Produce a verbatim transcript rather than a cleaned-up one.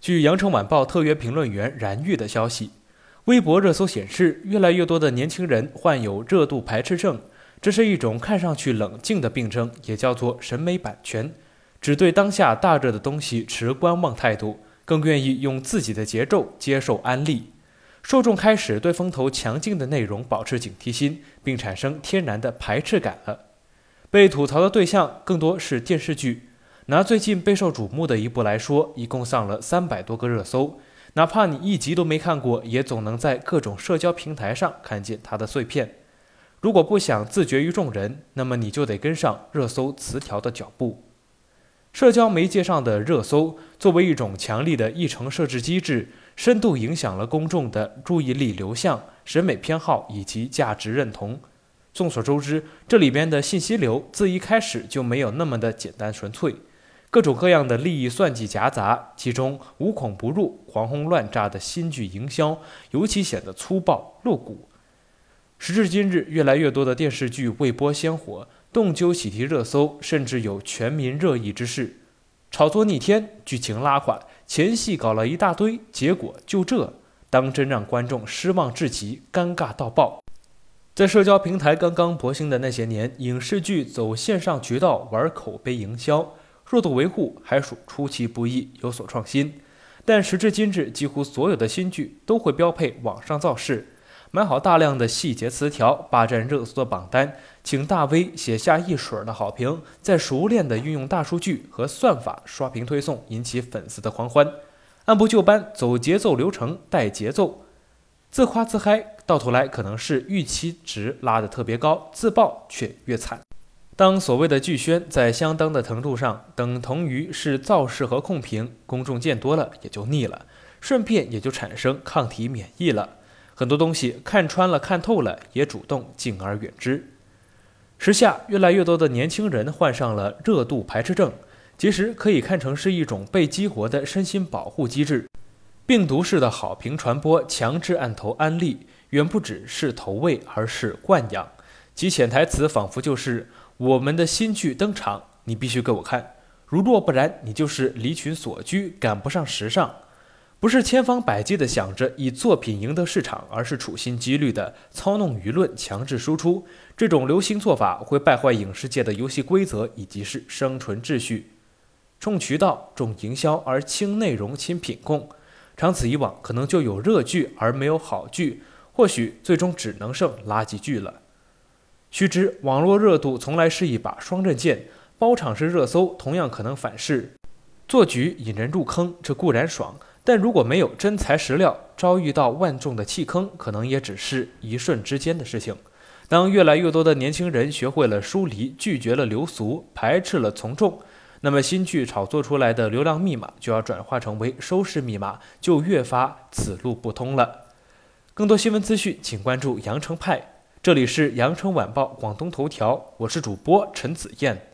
据羊城晚报特约评论员冉玉的消息，微博热搜显示，越来越多的年轻人患有热度排斥症，这是一种看上去冷静的病症，也叫做审美版权，只对当下大热的东西持观望态度，更愿意用自己的节奏接受安利。受众开始对风头强劲的内容保持警惕心，并产生天然的排斥感了。被吐槽的对象更多是电视剧。拿最近备受瞩目的一部来说，一共上了三百多个热搜，哪怕你一集都没看过，也总能在各种社交平台上看见它的碎片。如果不想自绝于众人，那么你就得跟上热搜词条的脚步。社交媒介上的热搜作为一种强力的议程设置机制，深度影响了公众的注意力流向、审美偏好以及价值认同。众所周知，这里边的信息流自一开始就没有那么的简单纯粹，各种各样的利益算计夹杂，其中无孔不入、狂轰乱炸的新剧营销尤其显得粗暴露骨。时至今日，越来越多的电视剧未播先火，动辄喜提热搜，甚至有全民热议之势。炒作逆天，剧情拉垮，前戏搞了一大堆，结果就这，当真让观众失望至极，尴尬到爆。在社交平台刚刚勃兴的那些年，影视剧走线上渠道玩口碑营销，热度维护还属出其不意，有所创新。但时至今日，几乎所有的新剧都会标配网上造势，买好大量的细节词条，霸占热搜的榜单，请大 V 写下一水的好评，再熟练地运用大数据和算法刷屏推送，引起粉丝的狂欢。按部就班，走节奏流程，带节奏，自夸自嗨，到头来可能是预期值拉得特别高，自爆却越惨。当所谓的剧宣在相当的程度上等同于是造势和控评，公众见多了也就腻了，顺便也就产生抗体免疫了。很多东西看穿了看透了，也主动敬而远之。时下越来越多的年轻人患上了热度排斥症，其实可以看成是一种被激活的身心保护机制。病毒式的好评传播，强制按头安利，远不只是投喂，而是惯养。其潜台词仿佛就是我们的新剧登场，你必须给我看，如若不然，你就是离群索居，赶不上时尚。不是千方百计地想着以作品赢得市场，而是处心积虑地操弄舆论，强制输出。这种流行做法会败坏影视界的游戏规则以及是生存秩序。重渠道、重营销而轻内容、轻品控，长此以往，可能就有热剧而没有好剧，或许最终只能剩垃圾剧了。须知，网络热度从来是一把双刃剑，包场式热搜同样可能反噬。做局引人入坑，这固然爽，但如果没有真材实料，遭遇到万众的弃坑，可能也只是一瞬之间的事情。当越来越多的年轻人学会了疏离，拒绝了流俗，排斥了从众，那么新剧炒作出来的流量密码就要转化成为收视密码，就越发此路不通了。更多新闻资讯，请关注羊城派。这里是羊城晚报广东头条，我是主播陈子燕。